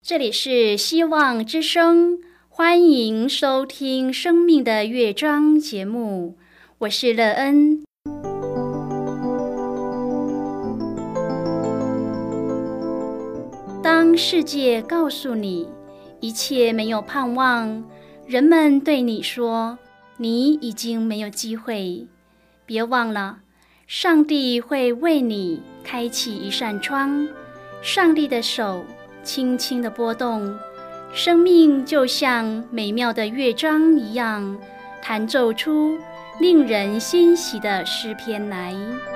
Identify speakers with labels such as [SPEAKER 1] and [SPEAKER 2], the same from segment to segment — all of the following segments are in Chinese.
[SPEAKER 1] 这里是希望之声，欢迎收听生命的乐章节目，我是乐恩。当世界告诉你一切没有盼望，人们对你说你已经没有机会，别忘了，上帝会为你开启一扇窗，上帝的手轻轻地拨动，生命就像美妙的乐章一样，弹奏出令人欣喜的诗篇来。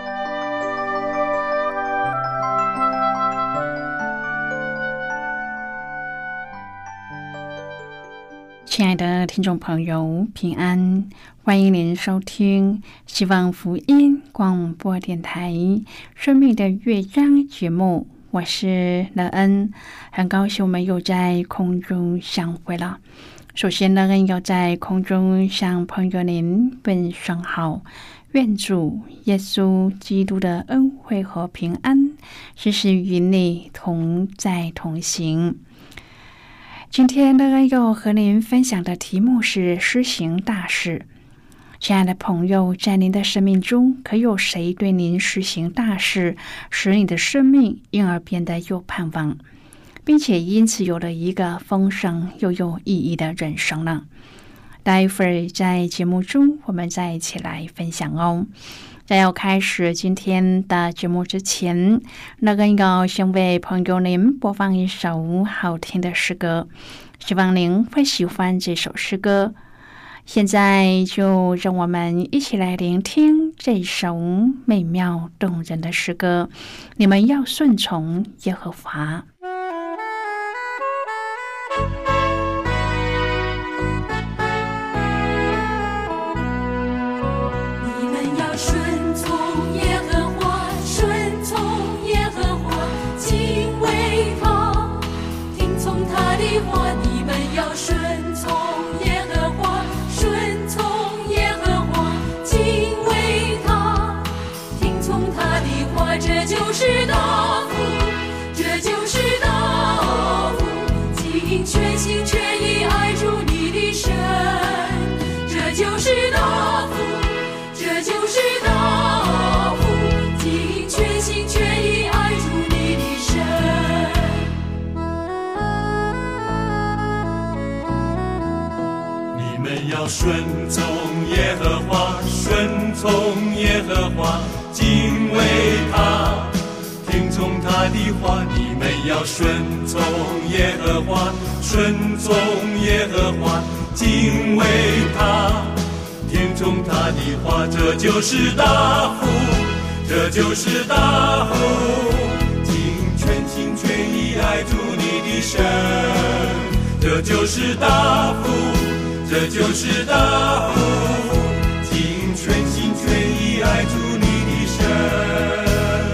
[SPEAKER 2] 亲爱的听众朋友，平安，欢迎您收听希望福音广播电台生命的乐章节目，我是乐恩，很高兴我们又在空中相会了。首先，乐恩要在空中向朋友您问声好，愿主耶稣基督的恩惠和平安时时与你同在同行。今天乐恩要和您分享的题目是施行大事。亲爱的朋友，在您的生命中，可有谁对您施行大事，使你的生命因而变得有盼望，并且因此有了一个丰盛又有意义的人生呢？待会儿在节目中，我们再一起来分享哦。在要开始今天的节目之前，乐恩要先为朋友您播放一首好听的诗歌，希望您会喜欢这首诗歌。现在就让我们一起来聆听这首美妙动人的诗歌，你们要顺从耶和华。
[SPEAKER 3] 顺从耶和华，顺从耶和华，敬畏他，听从他的话。你们要顺从耶和华，顺从耶和华，敬畏他，听从他的话。这就是大福，这就是大福，尽全心全意爱主你的神。这就是大福，这就是大福，尽全心全意爱主你的神。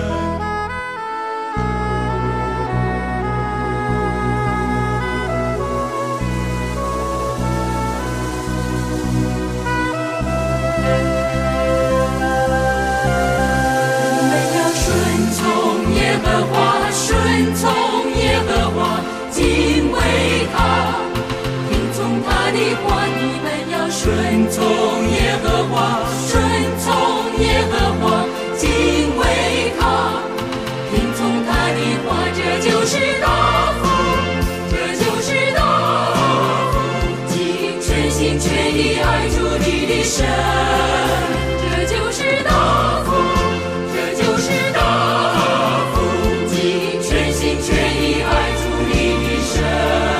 [SPEAKER 4] 你们要顺从耶和华，顺从耶和华，敬畏他，他的话。你们要顺从耶和华，顺从耶和华，敬畏他，听从他的话。这就是大福，这就是大福，尽全心全意爱主你的神。这就是大福，这就是大福，尽全心全意爱主你的神。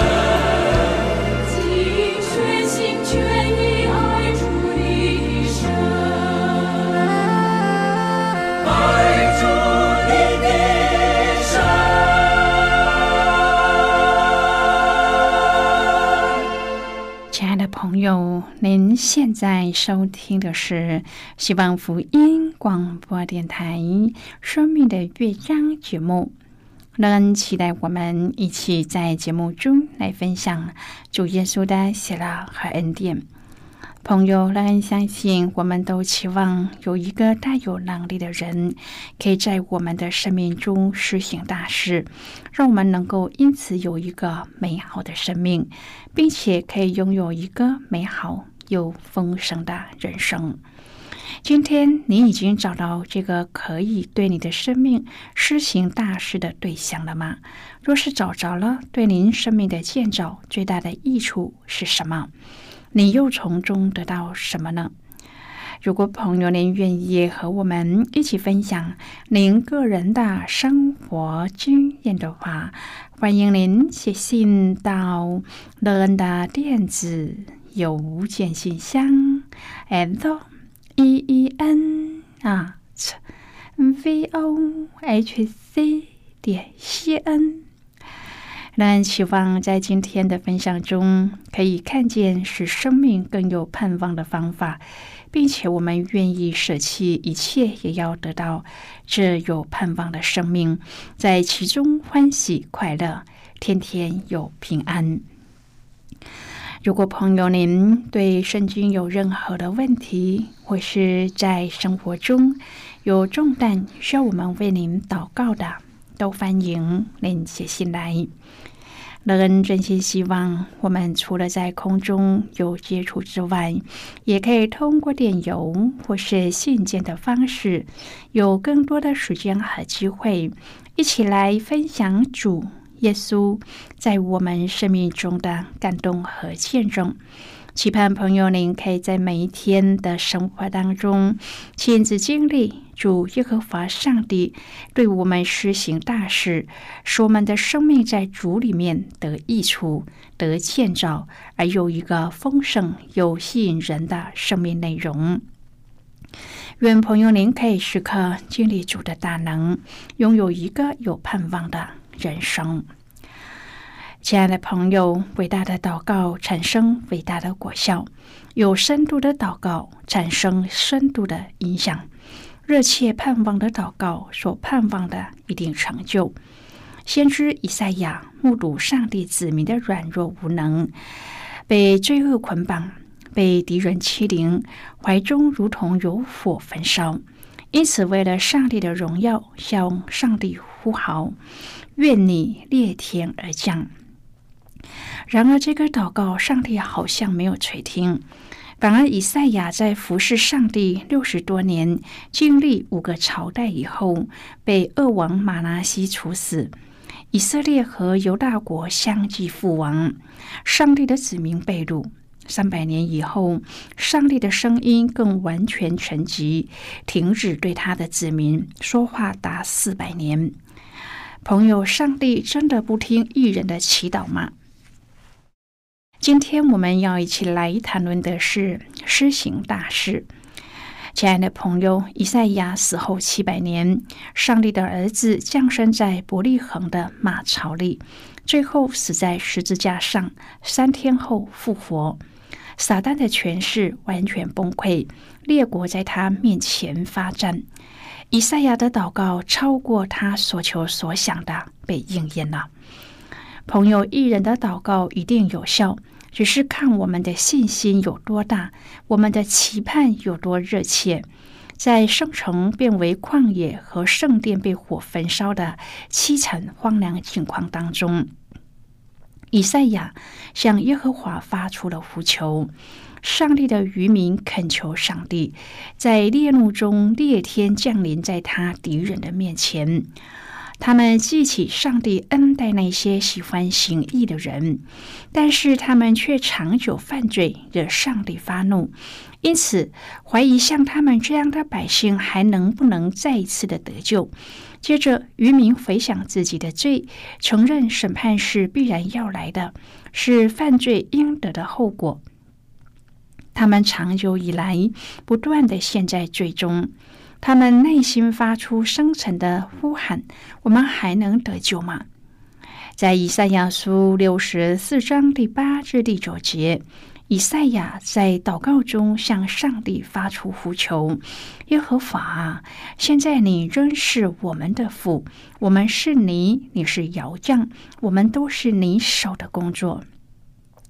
[SPEAKER 2] 朋友，您现在收听的是希望福音广播电台生命的乐章节目。乐恩期待我们一起在节目中来分享主耶稣的喜乐和恩典。 朋友，让人相信，我们都期望有一个大有能力的人，可以在我们的生命中施行大事，让我们能够因此有一个美好的生命，并且可以拥有一个美好又丰盛的人生。今天你已经找到这个可以对你的生命施行大事的对象了吗？若是找着了，对您生命的建造最大的益处是什么？你又从中得到什么呢？如果朋友您愿意和我们一起分享您个人的生活经验的话，欢迎您写信到乐恩的电子邮件信箱 EEN@vohc.cn。那希望在今天的分享中，可以看见使生命更有盼望的方法，并且我们愿意舍弃一切，也要得到这有盼望的生命，在其中欢喜快乐，天天有平安。如果朋友您对圣经有任何的问题，或是在生活中有重担需要我们为您祷告的，都欢迎您写信来。乐恩真心希望我们除了在空中有接触之外，也可以通过电邮或是信件的方式，有更多的时间和机会，一起来分享主耶稣在我们生命中的感动和见证。期盼朋友您可以在每一天的生活当中亲自经历主耶和华上帝对我们施行大事，使我们的生命在主里面得益处，得建造，而有一个丰盛又吸引人的生命内容。愿朋友您可以时刻经历主的大能，拥有一个有盼望的人生。亲爱的朋友，伟大的祷告产生伟大的果效，有深度的祷告产生深度的影响，热切盼望的祷告所盼望的一定成就。先知以赛亚目睹上帝子民的软弱无能，被罪恶捆绑，被敌人欺凌，怀中如同有火焚烧，因此为了上帝的荣耀向上帝呼号，愿你裂天而降。然而这个祷告上帝好像没有垂听，反而以赛亚在服侍上帝60多年，经历5个朝代以后，被恶王马拿西处死，以色列和犹大国相继覆亡，上帝的子民被掳。300年以后，上帝的声音更完全沉寂，停止对他的子民说话达400年。朋友，上帝真的不听义人的祈祷吗？今天我们要一起来谈论的是施行大事。亲爱的朋友，以赛亚死后700年，上帝的儿子降生在伯利恒的马槽里，最后死在十字架上，3天后复活。撒旦的权势完全崩溃，列国在他面前发战。以赛亚的祷告超过他所求所想的，被应验了。朋友，义人的祷告一定有效，只是看我们的信心有多大，我们的期盼有多热切。在圣城变为旷野和圣殿被火焚烧的凄惨荒凉情况当中，以赛亚向耶和华发出了呼求。上帝的渔民恳求上帝，在烈怒中烈天降临在他敌人的面前。他们记起上帝恩待那些喜欢行义的人，但是他们却长久犯罪，惹上帝发怒，因此怀疑像他们这样的百姓还能不能再一次的得救。接着渔民回想自己的罪，承认审判是必然要来的，是犯罪应得的后果。他们长久以来不断地陷在罪中，他们内心发出深沉的呼喊：我们还能得救吗？在以赛亚书64章第8至第9节，以赛亚在祷告中向上帝发出呼求：耶和华啊，现在你仍是我们的父，我们是你，你是窑匠，我们都是你手的工作。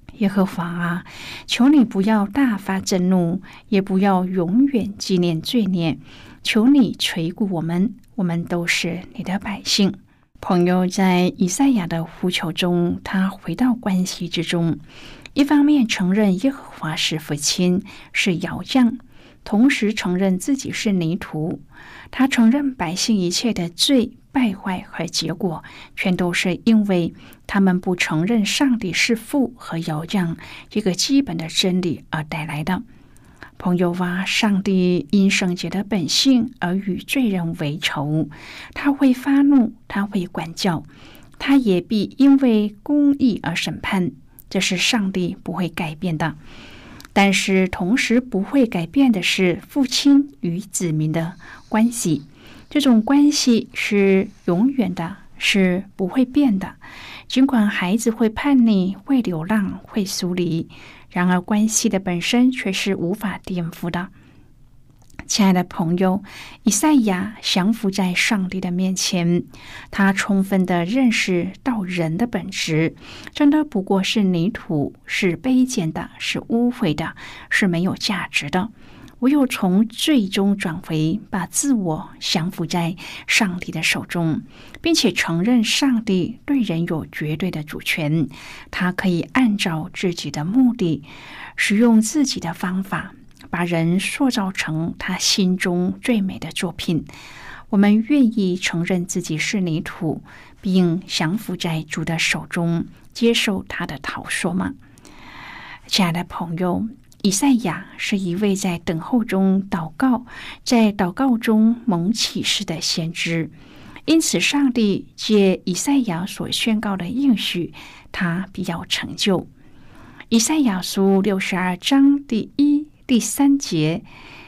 [SPEAKER 2] 耶和华啊，求你不要大发震怒，也不要永远纪念罪孽，求你垂顾我们，我们都是你的百姓。朋友，在以赛亚的呼求中，他回到关系之中，一方面承认耶和华是父亲，是窑匠，同时承认自己是泥土。他承认百姓一切的罪败坏和结果，全都是因为他们不承认上帝是父和窑匠这个基本的真理而带来的。朋友啊，上帝因圣洁的本性而与罪人为仇，他会发怒，他会管教，他也必因为公义而审判，这是上帝不会改变的。但是同时不会改变的是父亲与子民的关系，这种关系是永远的，是不会变的。尽管孩子会叛逆，会流浪，会疏离，然而关系的本身却是无法颠覆的。亲爱的朋友，以赛亚降服在上帝的面前，他充分地认识到人的本质真的不过是泥土，是卑贱的，是污秽的，是没有价值的。唯有从罪中转回，把自我降服在上帝的手中，并且承认上帝对人有绝对的主权，他可以按照自己的目的，使用自己的方法，把人塑造成他心中最美的作品。我们愿意承认自己是泥土，并降服在主的手中，接受他的陶塑吗？亲爱的朋友，以赛亚是一位在等候中祷告，在祷告中蒙启示的先知，因此上帝借以赛亚所宣告的应许，他必要成就。以赛亚书62章第1、第3节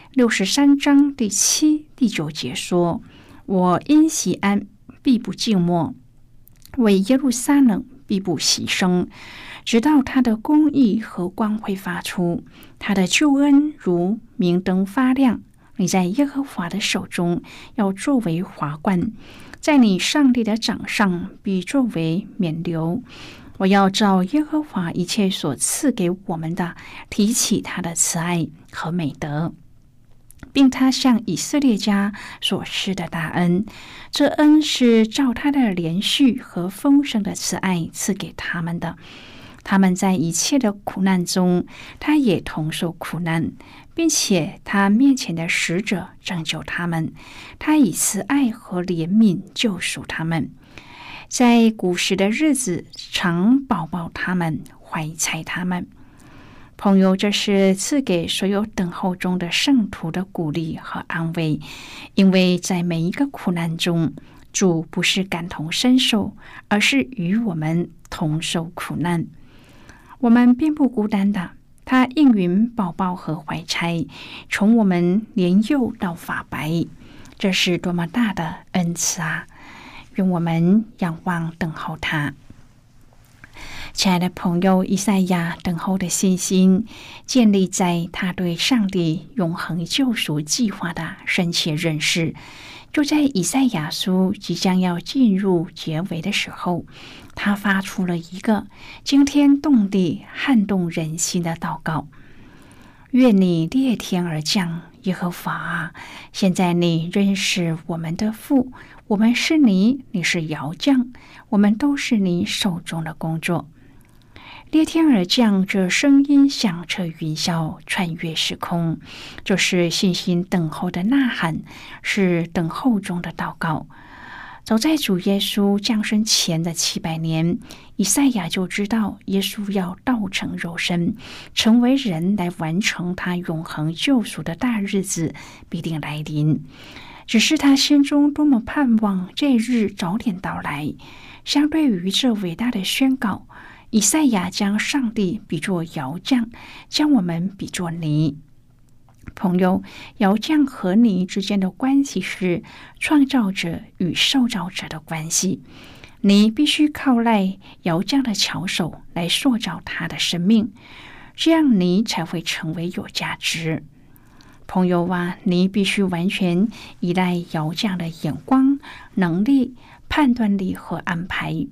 [SPEAKER 2] ，63章第7、第9节说：我因锡安必不静默，为耶路撒冷必不息声，直到他的公义和光辉发出，他的救恩如明灯发亮。你在耶和华的手中要作为华冠，在你上帝的掌上必作为冕旒。我要照耶和华一切所赐给我们的，提起他的慈爱和美德，并他向以色列家所施的大恩。这恩是照他的连续和丰盛的慈爱赐给他们的。他们在一切的苦难中，他也同受苦难，并且他面前的使者拯救他们。他以慈爱和怜悯救赎他们，在古时的日子常保抱他们，怀猜他们。朋友，这是赐给所有等候中的圣徒的鼓励和安慰，因为在每一个苦难中，主不是感同身受，而是与我们同受苦难。我们并不孤单的，他应允保抱和怀揣，从我们年幼到发白，这是多么大的恩赐啊！愿我们仰望等候他。亲爱的朋友，以赛亚等候的信心建立在他对上帝永恒救赎计划的深切认识。就在以赛亚书即将要进入结尾的时候，他发出了一个惊天动地、撼动人心的祷告：愿你裂天而降，耶和华啊！现在你认识我们的父，我们是你，你是窑匠，我们都是你手中的工作。裂天而降，这声音响彻云霄，穿越时空，这是信心等候的呐喊，是等候中的祷告。早在主耶稣降生前的700年，以赛亚就知道耶稣要道成肉身，成为人，来完成他永恒救赎的大日子必定来临。只是他心中多么盼望这日早点到来。相对于这伟大的宣告，以赛亚将上帝比作窑匠，将我们比作泥。朋友，窑匠和泥之间的关系是创造者与受造者的关系。泥必须靠赖窑匠的巧手来塑造他的生命，这样泥才会成为有价值。朋友啊，泥必须完全依赖窑匠的眼光、能力、判断力和安排。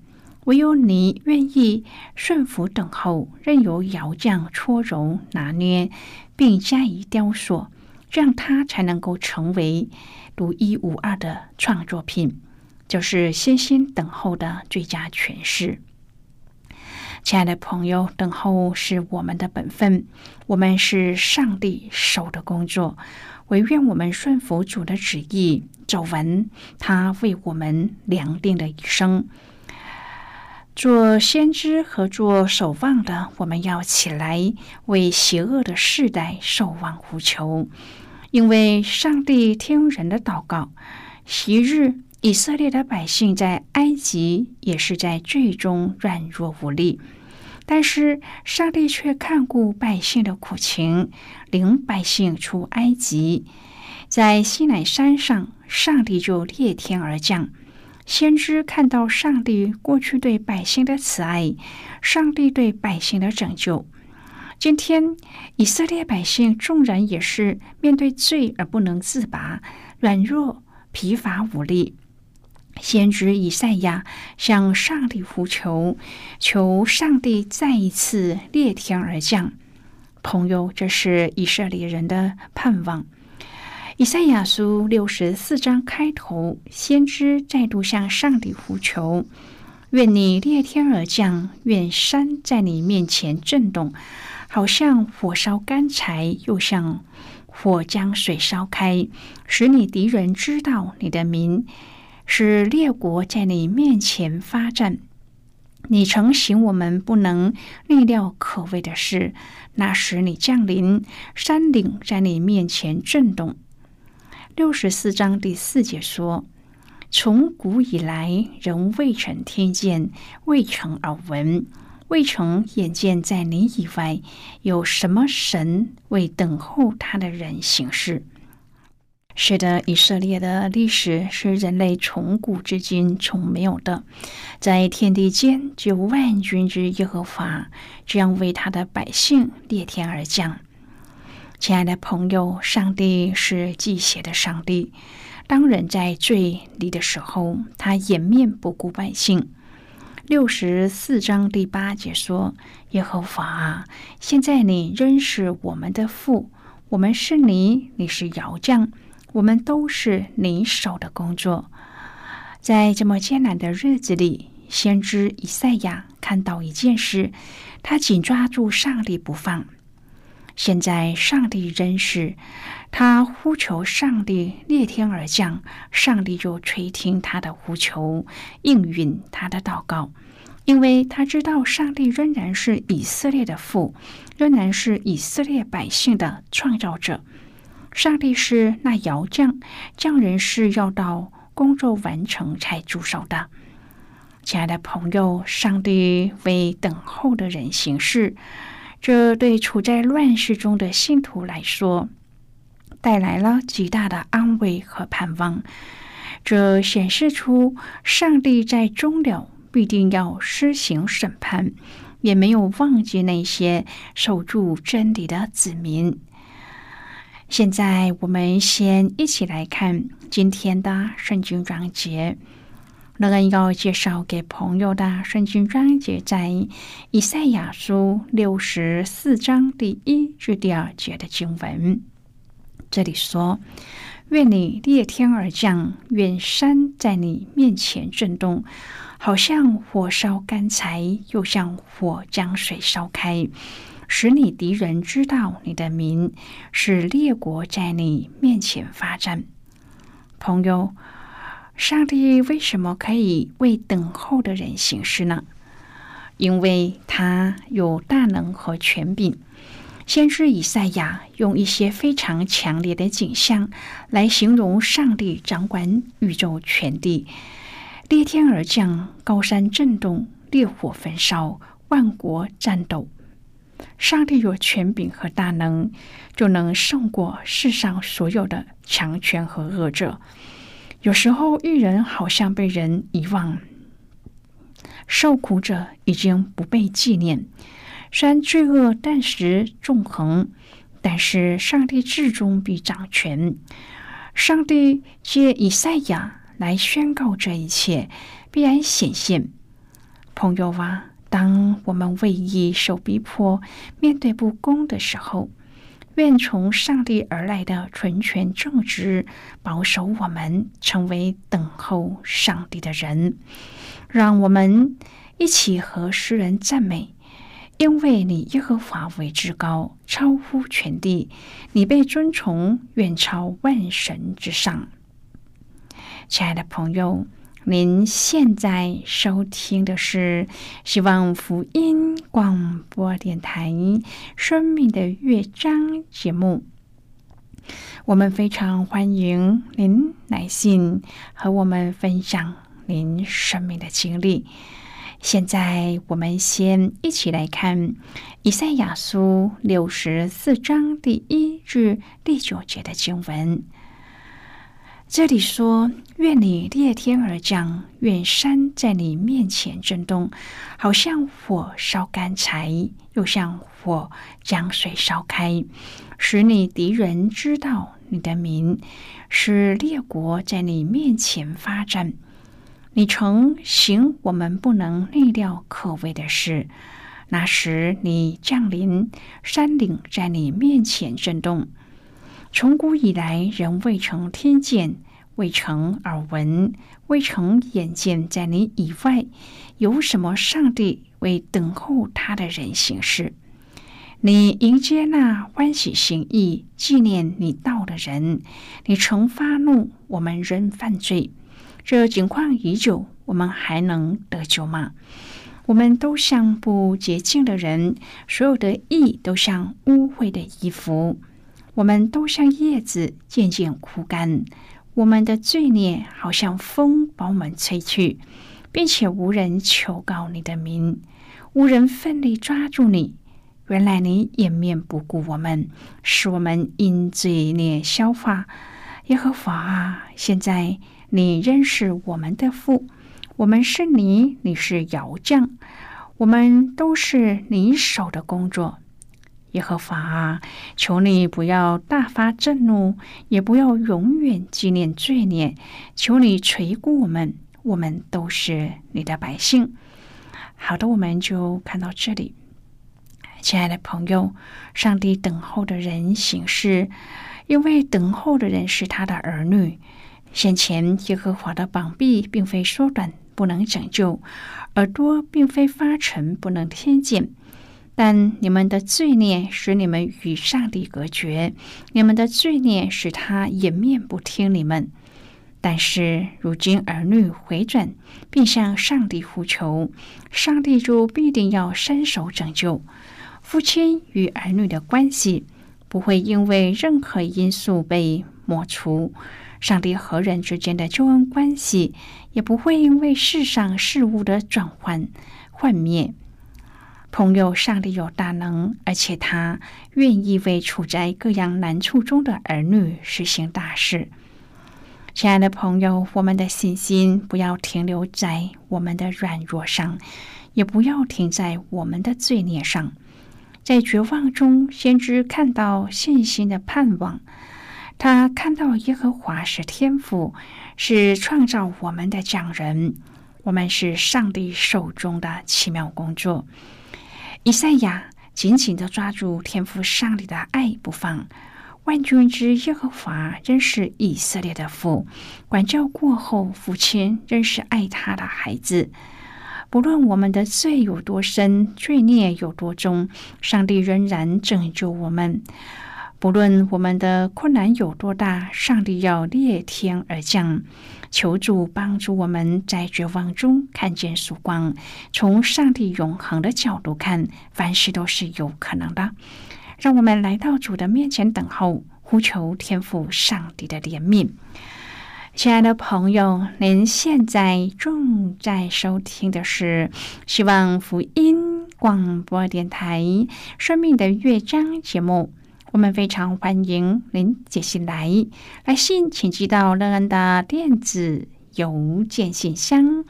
[SPEAKER 2] 唯有你愿意顺服等候，任由窑匠搓揉拿捏，并加以雕塑，这样它才能够成为独一无二的创作品，就是悉心等候的最佳诠释。亲爱的朋友，等候是我们的本分，我们是上帝手的工作，唯愿我们顺服主的旨意，走完他为我们量定的一生。做先知和做守望的，我们要起来为邪恶的世代守望呼求，因为上帝听人的祷告。昔日以色列的百姓在埃及也是在最终软弱无力，但是上帝却看顾百姓的苦情，领百姓出埃及。在西乃山上，上帝就裂天而降。先知看到上帝过去对百姓的慈爱，上帝对百姓的拯救。今天以色列百姓纵然也是面对罪而不能自拔，软弱疲乏无力，先知以赛亚向上帝呼求，求上帝再一次裂天而降。朋友，这是以色列人的盼望。以赛亚书64章开头，先知再度向上帝呼求，愿你裂天而降，愿山在你面前震动，好像火烧干柴，又像火将水烧开，使你敌人知道你的名，使列国在你面前发战。你曾行我们不能逆料可畏的事，那时你降临，山岭在你面前震动。64章第4节说，从古以来，人未曾听见，未曾耳闻，未曾眼见在你以外有什么神为等候他的人行事。是的，以色列的历史是人类从古至今从没有的，在天地间只有万军之耶和华这样为他的百姓裂天而降。亲爱的朋友，上帝是忌邪的上帝，当人在罪里的时候，他掩面不顾百姓。64章第8节说，耶和华啊，现在你仍是我们的父，我们是你，你是窑匠，我们都是你手的工作。在这么艰难的日子里，先知以赛亚看到一件事，他紧抓住上帝不放。现在上帝仍是，他呼求上帝裂天而降，上帝就垂听他的呼求，应允他的祷告，因为他知道上帝仍然是以色列的父，仍然是以色列百姓的创造者。上帝是那窑匠，匠人是要到工作完成才住手的。亲爱的朋友，上帝为等候的人行事，这对处在乱世中的信徒来说，带来了极大的安慰和盼望。这显示出上帝在终了必定要施行审判，也没有忘记那些守住真理的子民。现在我们先一起来看今天的圣经章节。乐恩要介绍给朋友的圣经章节在以赛亚书64章第1至第2节的经文。这里说，愿你裂天而降，愿山在你面前震动，好像火烧干柴，又像火将水烧开，使你敌人知道你的名，使列国在你面前发战。朋友，上帝为什么可以为等候的人行事呢？因为他有大能和权柄。先知以赛亚用一些非常强烈的景象来形容上帝掌管宇宙全地，裂天而降，高山震动，烈火焚烧，万国战斗。上帝有权柄和大能，就能胜过世上所有的强权和恶者。有时候义人好像被人遗忘，受苦者已经不被纪念。虽然罪恶暂时纵横，但是上帝至终必掌权。上帝借以赛亚来宣告这一切必然显现。 朋友啊，当我们为义受逼迫，面对不公的时候，愿从上帝而来的纯全正直保守我们，成为等候上帝的人。让我们一起和诗人赞美，因为你耶和华为至高，超乎全地，你被尊崇，远超万神之上。亲爱的朋友，您现在收听的是希望福音广播电台生命的乐章节目。我们非常欢迎您来信和我们分享您生命的经历。现在我们先一起来看以赛亚书64章第1至第9节的经文。这里说，愿你裂天而降，愿山在你面前震动，好像火烧干柴，又像火将水烧开，使你敌人知道你的名，使列国在你面前发战。你曾行我们不能内料可畏的事，那时你降临，山岭在你面前震动。从古以来，人未曾听见，未曾耳闻，未曾眼见，在你以外有什么上帝为等候他的人行事。你迎接那欢喜行义、纪念你道的人。你曾发怒，我们仍犯罪。这景况已久，我们还能得救吗？我们都像不洁净的人，所有的义都像污秽的衣服。我们都像叶子渐渐枯干，我们的罪孽好像风把我们吹去，并且无人求告你的名，无人奋力抓住你。原来你掩面不顾我们，使我们因罪孽消化。耶和华啊，现在你仍是我们的父，我们是你，你是窑匠，我们都是你手的工作。耶和华啊，求你不要大发震怒，也不要永远纪念罪孽，求你垂顾我们，我们都是你的百姓。好的，我们就看到这里。亲爱的朋友，上帝等候的人行事，因为等候的人是他的儿女。先前耶和华的膀臂并非缩短，不能拯救；耳朵并非发沉，不能听见。但你们的罪孽使你们与上帝隔绝，你们的罪孽使他掩面不听你们。但是如今儿女回转，并向上帝呼求，上帝就必定要伸手拯救。父亲与儿女的关系不会因为任何因素被抹除，上帝和人之间的救恩关系也不会因为世上事物的转换幻灭。朋友，上帝有大能，而且他愿意为处在各样难处中的儿女实行大事。亲爱的朋友，我们的信心不要停留在我们的软弱上，也不要停在我们的罪孽上。在绝望中，先知看到信心的盼望。他看到耶和华是天父，是创造我们的匠人，我们是上帝手中的奇妙工作。以赛亚紧紧地抓住天父上帝的爱不放。万军之耶和华仍是以色列的父，管教过后，父亲仍是爱他的孩子。不论我们的罪有多深，罪孽有多重，上帝仍然拯救我们。不论我们的困难有多大，上帝要裂天而降。求主帮助我们在绝望中看见曙光，从上帝永恒的角度看，凡事都是有可能的。让我们来到主的面前等候，呼求天父上帝的怜悯。亲爱的朋友，您现在正在收听的是希望福音广播电台生命的乐章节目。我们非常欢迎您写信来信请寄到乐恩的电子邮件信箱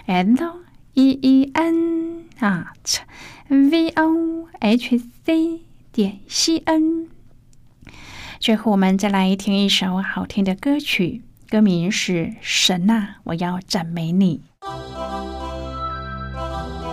[SPEAKER 2] LEEN@vohc.cn。最后我们再来听一首好听的歌曲，歌名是《神啊，我要赞美你》。